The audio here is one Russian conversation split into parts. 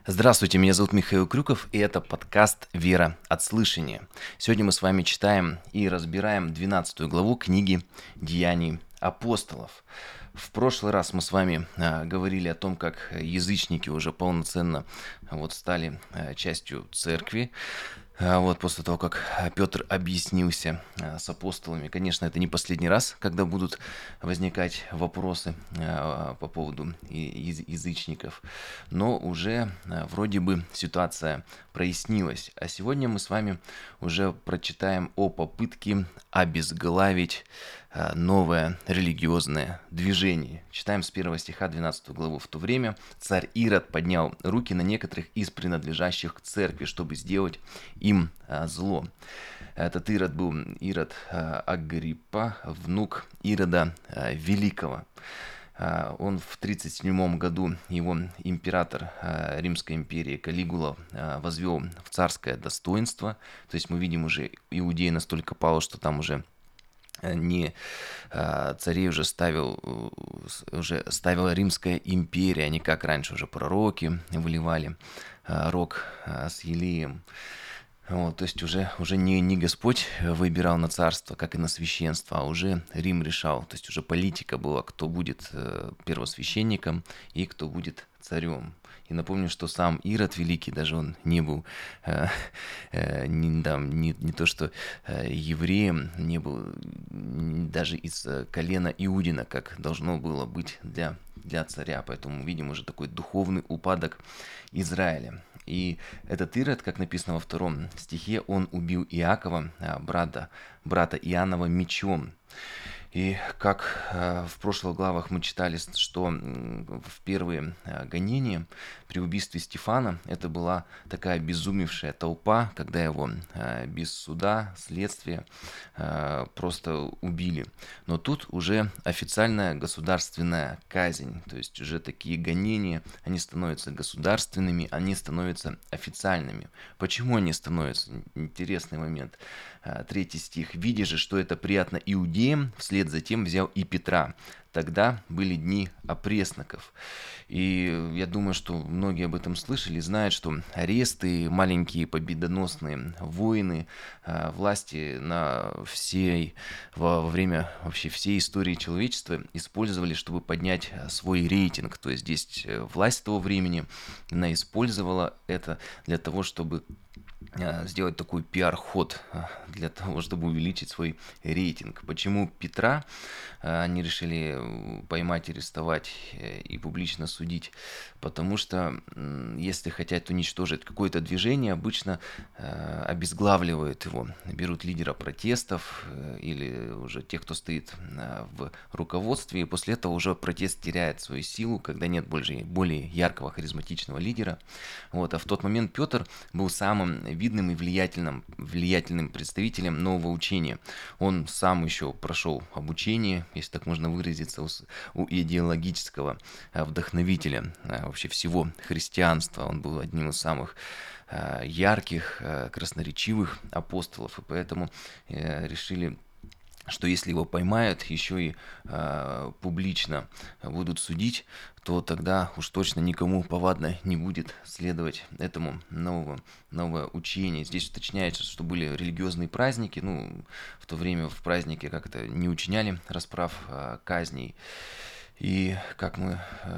Здравствуйте, меня зовут Михаил Крюков, и это подкаст «Вера от слышания». Сегодня мы с вами читаем и разбираем 12 главу книги «Деяний апостолов». В прошлый раз мы с вами говорили о том, как язычники уже полноценно стали частью церкви. После того, как Петр объяснился с апостолами. Конечно, это не последний раз, когда будут возникать вопросы по поводу язычников, но уже вроде бы ситуация прояснилась. А сегодня мы с вами уже прочитаем о попытке обезглавить новое религиозное движение. Читаем с 1 стиха 12 главу. «В то время царь Ирод поднял руки на некоторых из принадлежащих к церкви, чтобы сделать им зло». Этот Ирод был Ирод Агриппа, внук Ирода Великого. Он в 37 году, его император Римской империи Калигула возвел в царское достоинство. То есть мы видим, уже Иудея настолько пала, что там уже не царей уже ставила Римская империя, не как раньше уже пророки выливали рог с елеем. То есть уже не Господь выбирал на царство, как и на священство, а уже Рим решал. То есть уже политика была, кто будет первосвященником и кто будет царем. И напомню, что сам Ирод Великий, даже он не был не то что евреем, не был даже из колена Иудина, как должно было быть для царя. Поэтому мы видим уже такой духовный упадок Израиля. И этот Ирод, как написано во 2 стихе, он убил Иакова, брата Иоаннова, мечом. И как в прошлых главах мы читали, что в первые гонения при убийстве Стефана это была такая обезумевшая толпа, когда его без суда, следствия просто убили. Но тут уже официальная государственная казнь, то есть уже такие гонения, они становятся государственными, они становятся официальными. Почему они становятся? Интересный момент. 3 стих. «Видя же, что это приятно иудеям, вслед за тем взял и Петра. Тогда были дни опресноков». И я думаю, что многие об этом слышали, знают, что аресты, маленькие победоносные войны, власти во время вообще всей истории человечества использовали, чтобы поднять свой рейтинг. То есть здесь власть того времени, она использовала это для того, чтобы сделать такой пиар-ход, для того, чтобы увеличить свой рейтинг. Почему Петра они решили поймать, арестовать и публично судить? Потому что если хотят уничтожить какое-то движение, обычно обезглавливают его. Берут лидера протестов или уже тех, кто стоит в руководстве, и после этого уже протест теряет свою силу, когда нет более яркого, харизматичного лидера. А в тот момент Петр был самым видным и влиятельным представителем нового учения. Он сам еще прошел обучение, если так можно выразиться, у идеологического вдохновителя вообще всего христианства. Он был одним из самых ярких, красноречивых апостолов, и поэтому решили, что если его поймают, еще и публично будут судить, то тогда уж точно никому повадно не будет следовать этому новое учение. Здесь уточняется, что были религиозные праздники, в то время в празднике как-то не учиняли расправ, казней. И как мы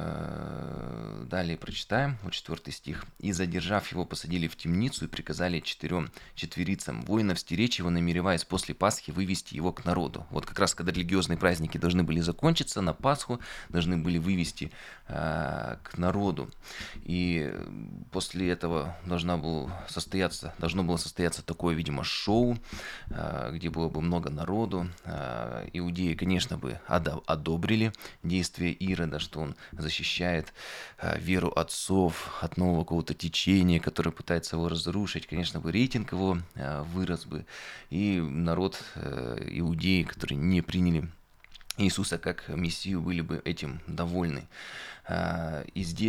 далее прочитаем, 4 стих. «И, задержав его, посадили в темницу и приказали 4 четверицам воинов стеречь его, намереваясь после Пасхи вывести его к народу». Как раз, когда религиозные праздники должны были закончиться, на Пасху должны были вывести к народу. И после этого должно было состояться такое, видимо, шоу, где было бы много народу. Иудеи, конечно, бы одобрили действия Ирода, что он защищает веру отцов от нового какого-то течения, которое пытается его разрушить. Конечно бы рейтинг его вырос бы, и народ иудеи, которые не приняли Иисуса как Мессию, были бы этим довольны. И здесь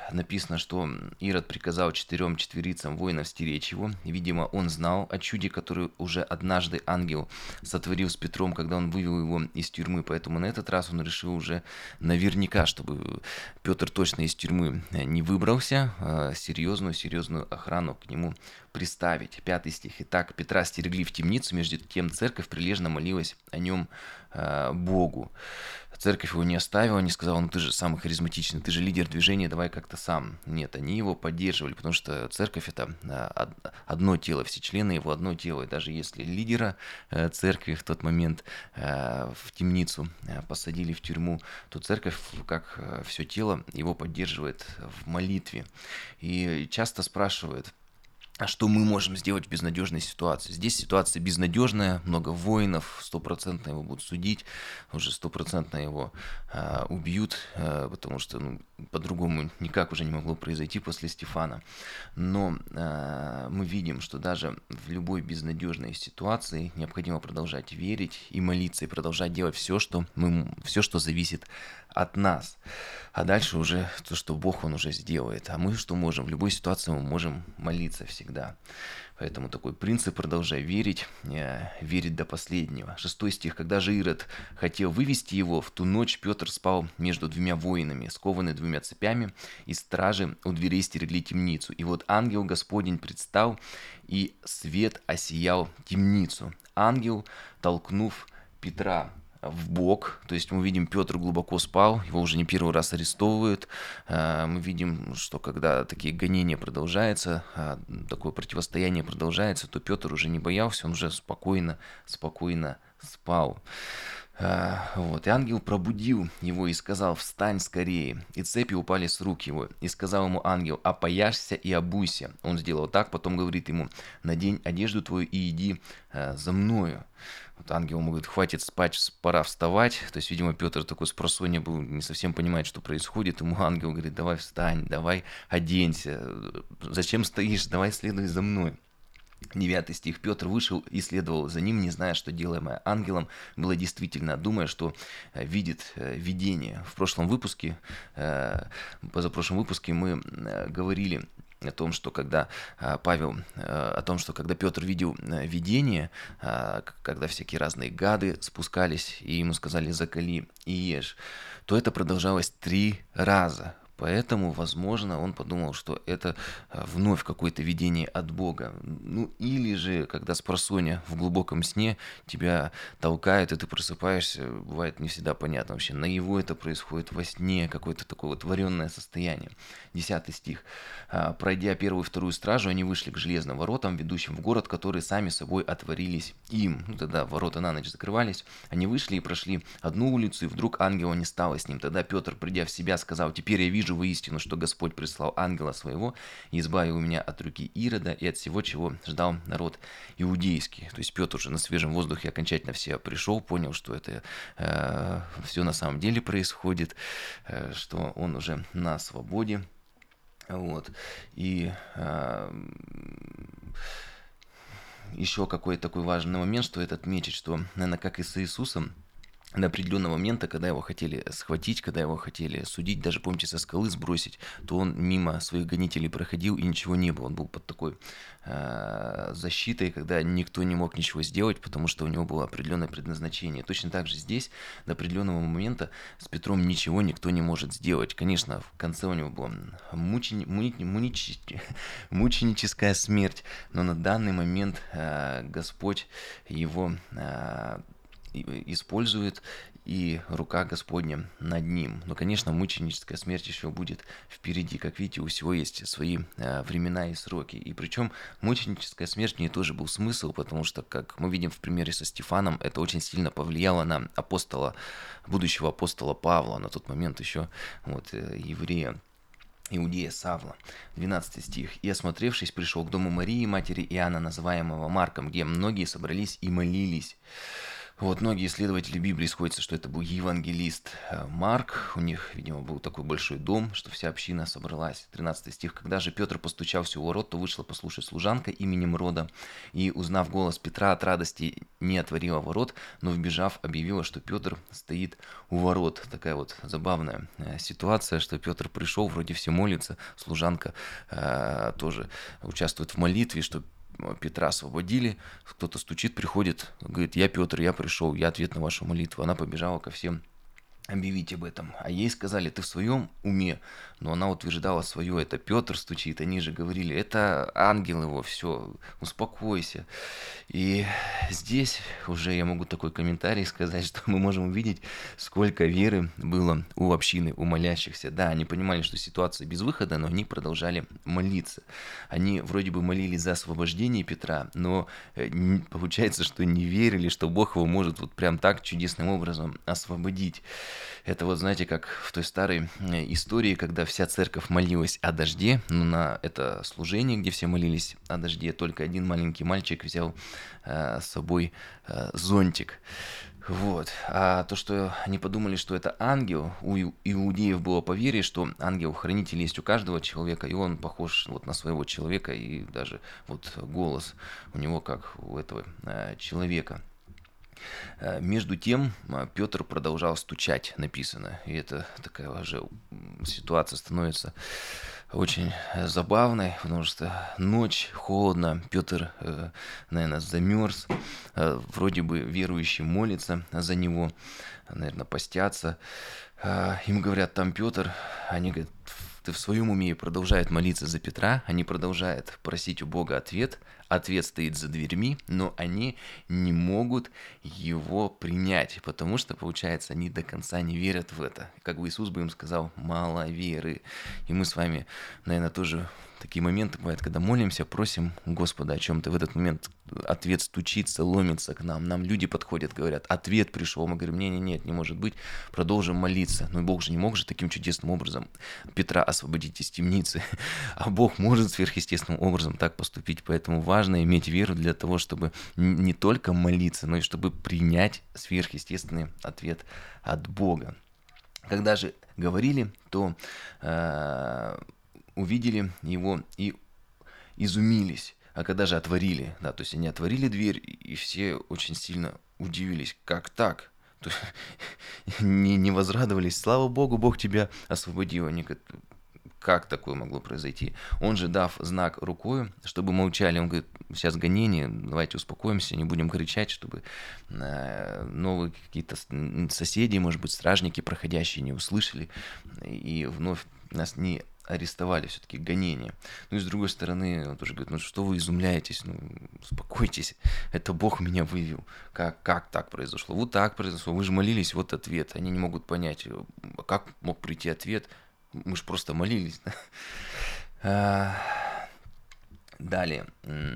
написано, что Ирод приказал 4 воинов стеречь его. Видимо, он знал о чуде, которое уже однажды ангел сотворил с Петром, когда он вывел его из тюрьмы. Поэтому на этот раз он решил уже наверняка, чтобы Петр точно из тюрьмы не выбрался, серьезную охрану к нему приставить. 5 стих. Итак, Петра стерегли в темницу, между тем церковь прилежно молилась о нем Богу. Церковь его не оставила, не сказала, ну ты же самый харизматичный, ты же лидер движения, давай как-то сам. Нет, они его поддерживали, потому что церковь это одно тело, все члены его одно тело. И даже если лидера церкви в тот момент в темницу посадили в тюрьму, то церковь, как все тело, его поддерживает в молитве. И часто спрашивают, а что мы можем сделать в безнадежной ситуации? Здесь ситуация безнадежная, много воинов, 100% его будут судить, уже 100% его убьют, потому что по-другому никак уже не могло произойти после Стефана. Но мы видим, что даже в любой безнадежной ситуации необходимо продолжать верить и молиться, и продолжать делать все, что зависит от нас. А дальше уже то, что Бог, Он уже сделает. А мы что можем? В любой ситуации мы можем молиться всегда. Поэтому такой принцип: продолжай верить, верить до последнего. 6 стих. Когда же Ирод хотел вывести его, в ту ночь Петр спал между 2 воинами, скованный 2 цепями, и стражи у дверей стерегли темницу. И вот ангел Господень предстал, и свет осиял темницу. Ангел, толкнув Петра в бок, то есть мы видим, Петр глубоко спал, его уже не первый раз арестовывают. Мы видим, что когда такие гонения продолжаются, такое противостояние продолжается, то Петр уже не боялся, он уже спокойно спал. И ангел пробудил его и сказал: встань скорее. И цепи упали с рук его. И сказал ему ангел: опояшься и обуйся. Он сделал так, потом говорит ему: надень одежду твою и иди за мною. Ангел ему говорит: хватит спать, пора вставать. То есть, видимо, Петр такой спросонья был, не совсем понимает, что происходит. Ему ангел говорит: давай встань, давай оденься. Зачем стоишь? Давай следуй за мной. 9 стих. Петр вышел и следовал за ним, не зная, что делаемое ангелом было действительно, думая, что видит видение. В прошлом выпуске, позапрошлом выпуске мы говорили о том, что когда когда Петр видел видение, когда всякие разные гады спускались и ему сказали: закали и ешь, то это продолжалось 3 раза. Поэтому, возможно, он подумал, что это вновь какое-то видение от Бога. Или же, когда спросонья в глубоком сне тебя толкают, и ты просыпаешься, бывает не всегда понятно вообще, наяву это происходит, во сне, какое-то такое варенное состояние. 10 стих. Пройдя 1-ю и 2-ю стражу, они вышли к железным воротам, ведущим в город, которые сами собой отворились им. Тогда ворота на ночь закрывались. Они вышли и прошли одну улицу, и вдруг ангела не стало с ним. Тогда Петр, придя в себя, сказал: теперь я вижу воистину, что Господь прислал ангела своего и избавил меня от руки Ирода и от всего, чего ждал народ иудейский. То есть Петр уже на свежем воздухе окончательно в себя пришел, понял, что это все на самом деле происходит, что он уже на свободе. И еще какой-то такой важный момент, стоит отметить, что, наверное, как и с Иисусом, до определенного момента, когда его хотели схватить, когда его хотели судить, даже, помните, со скалы сбросить, то он мимо своих гонителей проходил, и ничего не было. Он был под такой защитой, когда никто не мог ничего сделать, потому что у него было определенное предназначение. Точно так же здесь до определенного момента с Петром ничего никто не может сделать. Конечно, в конце у него была мученическая смерть, но на данный момент Господь его использует, и рука Господня над ним. Но, конечно, мученическая смерть еще будет впереди. Как видите, у всего есть свои времена и сроки. И причем мученическая смерть, в ней тоже был смысл, потому что, как мы видим в примере со Стефаном, это очень сильно повлияло на будущего апостола Павла, на тот момент еще еврея, Иудея Савла. 12 стих. «И, осмотревшись, пришел к дому Марии, матери Иоанна, называемого Марком, где многие собрались и молились». Вот многие исследователи Библии сходятся, что это был евангелист Марк. У них, видимо, был такой большой дом, что вся община собралась. 13 стих. «Когда же Петр постучался у ворот, то вышла послушать служанка именем Рода, и, узнав голос Петра, от радости не отворила ворот, но, вбежав, объявила, что Петр стоит у ворот». Такая вот забавная ситуация, что Петр пришел, вроде все молятся, служанка тоже участвует в молитве, что Петра освободили, кто-то стучит, приходит, говорит: «Я Петр, я пришел, я ответ на вашу молитву». Она побежала ко всем объявить об этом. А ей сказали: «Ты в своем уме?» Но она утверждала свое. Это Петр стучит. Они же говорили: «Это ангел его, все, успокойся». И здесь уже я могу такой комментарий сказать, что мы можем увидеть, сколько веры было у общины, у молящихся. Да, они понимали, что ситуация без выхода, но они продолжали молиться. Они вроде бы молились за освобождение Петра, но получается, что не верили, что Бог его может вот прям так чудесным образом освободить. Это вот, знаете, как в той старой истории, когда вся церковь молилась о дожде, но на это служение, где все молились о дожде, только один маленький мальчик взял с собой зонтик. Вот. А то, что они подумали, что это ангел, у иудеев было поверье, что ангел-хранитель есть у каждого человека, и он похож вот на своего человека, и даже вот голос у него как у этого человека. Между тем Петр продолжал стучать, написано. И это такая уже ситуация становится очень забавной, потому что ночь, холодно, Петр, наверное, замерз. Вроде бы верующие молятся за него, наверное, постятся. Им говорят: «Там Петр». Они говорят: «Ты в своем уме?» И продолжают молиться за Петра. Они продолжают просить у Бога ответ. Ответ стоит за дверьми, но они не могут его принять, потому что, получается, они до конца не верят в это. Как бы Иисус бы им сказал: «Мало веры». И мы с вами, наверное, тоже такие моменты бывают, когда молимся, просим Господа о чем-то. В этот момент ответ стучится, ломится к нам. Нам люди подходят, говорят: «Ответ пришел». Мы говорим: «Нет, не может быть». Продолжим молиться. Но Бог же не мог же таким чудесным образом Петра освободить из темницы. А Бог может сверхъестественным образом так поступить. Поэтому важно иметь веру для того, чтобы не только молиться, но и чтобы принять сверхъестественный ответ от Бога. Когда же говорили, то увидели его и изумились. А когда же отворили, да, то есть они отворили дверь, и все очень сильно удивились. Как так? Не возрадовались. Слава Богу, Бог тебя освободил. Они говорят: как такое могло произойти? Он же, дав знак рукой, чтобы молчали, он говорит: сейчас гонение, давайте успокоимся, не будем кричать, чтобы новые какие-то соседи, может быть, стражники, проходящие, не услышали и вновь нас не арестовали, все-таки гонение. Ну и с другой стороны, он тоже говорит: «Ну что вы изумляетесь, ну успокойтесь, это Бог меня вывел». Как так произошло? Вот так произошло, вы же молились, вот ответ. Они не могут понять, как мог прийти ответ, мы же просто молились. Далее.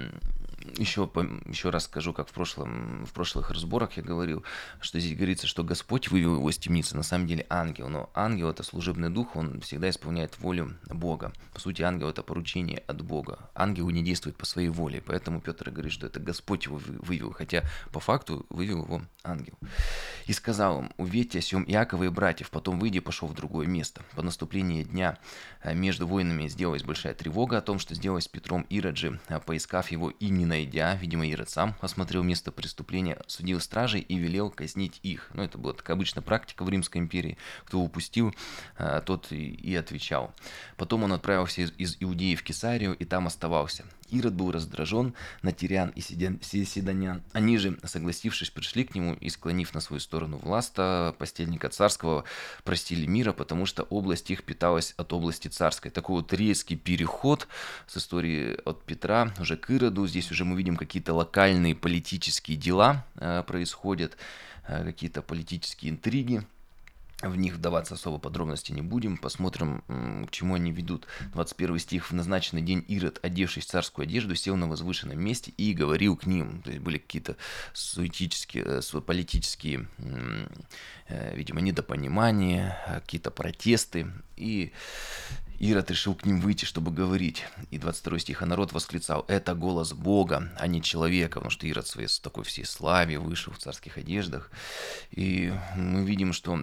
Еще раз скажу, как в прошлых разборах я говорил, что здесь говорится, что Господь вывел его из темницы. На самом деле ангел. Но ангел — это служебный дух, он всегда исполняет волю Бога. По сути, ангел — это поручение от Бога. Ангел не действует по своей воле. Поэтому Петр говорит, что это Господь его вывел. Хотя по факту вывел его ангел. «И сказал им: уведьте о сем Иакова и братьев». Потом, выйдя, пошел в другое место. По наступлении дня между воинами сделалась большая тревога о том, что сделалось с Петром. Ирод же, поискав его и не найдя, видимо, Ирод сам осмотрел место преступления, судил стражей и велел казнить их. Ну, это была такая обычная практика в Римской империи. Кто упустил, тот и отвечал. Потом он отправился из Иудеи в Кесарию и там оставался. Ирод был раздражен на тирян и сидонян. Они же, согласившись, пришли к нему и, склонив на свою сторону власта постельника царского, простили мира, потому что область их питалась от области царской. Такой вот резкий переход с истории от Петра уже к Ироду. Здесь уже мы видим, какие-то локальные политические дела происходят, какие-то политические интриги. в них вдаваться особо подробности не будем, посмотрим, к чему они ведут. 21 стих. «В назначенный день Ирод, одевшись в царскую одежду, сел на возвышенном месте и говорил к ним». То есть были какие-то суетические, политические, видимо, недопонимания, какие-то протесты. И Ирод решил к ним выйти, чтобы говорить. И 22 стих. «А народ восклицал: это голос Бога, а не человека». Потому что Ирод в своей такой всей славе вышел в царских одеждах. И мы видим, что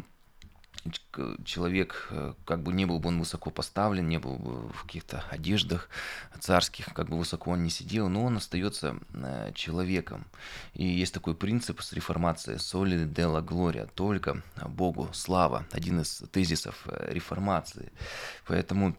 человек, как бы не был бы он высоко поставлен, не был бы в каких-то одеждах царских, как бы высоко он не сидел, но он остается человеком. И есть такой принцип с реформацией «Soli della gloria», только Богу слава, один из тезисов реформации. Поэтому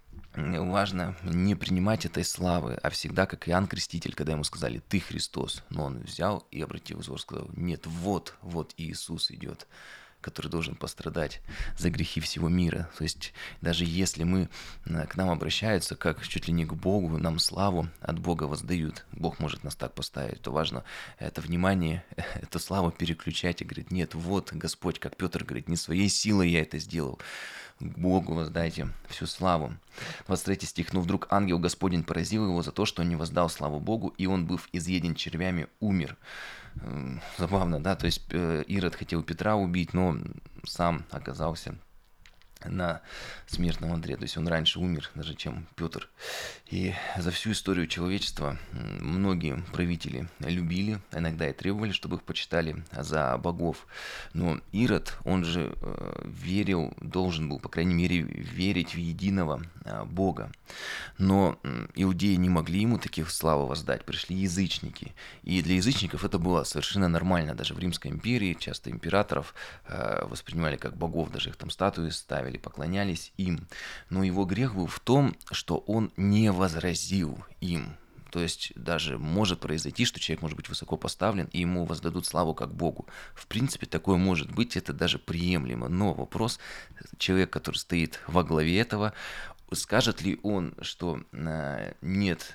важно не принимать этой славы, а всегда, как Иоанн Креститель, когда ему сказали: «Ты Христос», но он взял и, обратив взор, сказал: «Нет, вот Иисус идет, который должен пострадать за грехи всего мира». То есть даже если к нам обращаются как чуть ли не к Богу, нам славу от Бога воздают, Бог может нас так поставить, то важно это внимание, эту славу переключать и говорить: «Нет, вот Господь», как Петр говорит, «не своей силой я это сделал, к Богу воздайте всю славу». 23 стих. «Но вдруг ангел Господень поразил его за то, что он не воздал славу Богу, и он, быв изъеден червями, умер». Забавно, да? То есть Ирод хотел Петра убить, но сам оказался на смертном одре. То есть он раньше умер, даже чем Петр. И за всю историю человечества многие правители любили, иногда и требовали, чтобы их почитали за богов. Но Ирод, он же верил, должен был, по крайней мере, верить в единого Бога. Но иудеи не могли ему таких славы воздать, пришли язычники. И для язычников это было совершенно нормально. Даже в Римской империи часто императоров воспринимали как богов, даже их там статуи ставили, поклонялись им. Но его грех был в том, что он не возразил им. То есть даже может произойти, что человек может быть высоко поставлен, и ему воздадут славу как Богу. В принципе, такое может быть, это даже приемлемо. Но вопрос, человек, который стоит во главе этого, скажет ли он, что нет,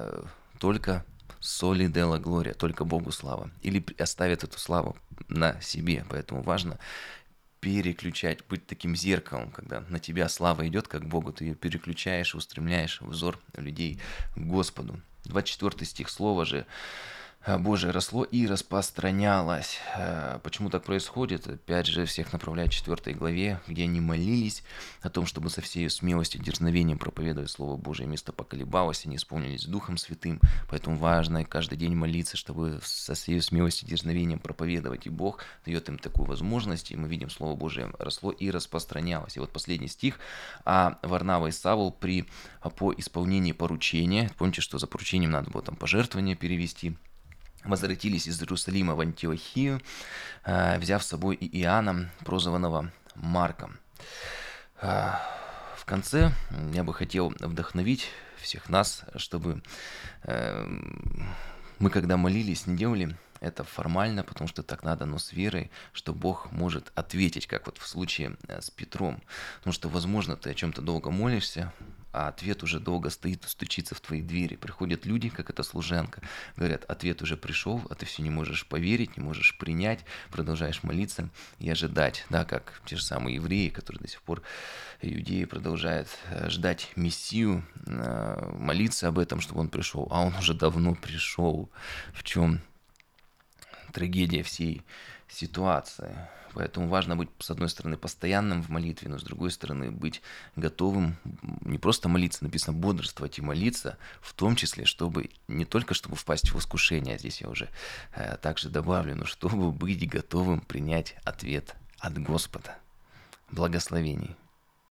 только «Soli della gloria», только Богу слава, или оставит эту славу на себе. Поэтому важно переключать, быть таким зеркалом, когда на тебя слава идет как Богу, ты ее переключаешь, устремляешь взор людей к Господу. 24 стих. «Слово же Божие росло и распространялось». Почему так происходит? Опять же, всех направляет 4 главе, где они молились о том, чтобы со всей смелостью, дерзновением проповедовать Слово Божие. Место поколебалось, они исполнились Духом Святым. Поэтому важно каждый день молиться, чтобы со всей смелостью, дерзновением проповедовать. И Бог дает им такую возможность, и мы видим, Слово Божие росло и распространялось. И вот последний стих. «А Варнава и Савл по исполнении поручения», помните, что за поручением надо было там пожертвования перевести, возвратились из Иерусалима в Антиохию, взяв с собой и Иоанна, прозванного Марком. В конце я бы хотел вдохновить всех нас, чтобы мы, когда молились, не делали это формально, потому что так надо, но с верой, что Бог может ответить, как вот в случае с Петром. Потому что, возможно, ты о чем-то долго молишься, а ответ уже долго стоит, стучится в твои двери. Приходят люди, как эта служанка, говорят: ответ уже пришел, а ты все не можешь поверить, не можешь принять, продолжаешь молиться и ожидать. Да, как те же самые евреи, которые до сих пор, иудеи, продолжают ждать Мессию, молиться об этом, чтобы он пришел, а он уже давно пришел. В чем трагедия всей ситуации? Поэтому важно быть, с одной стороны, постоянным в молитве, но с другой стороны, быть готовым не просто молиться, написано бодрствовать и молиться, в том числе, чтобы не только чтобы впасть в искушение, а здесь я уже также добавлю, но чтобы быть готовым принять ответ от Господа. Благословений.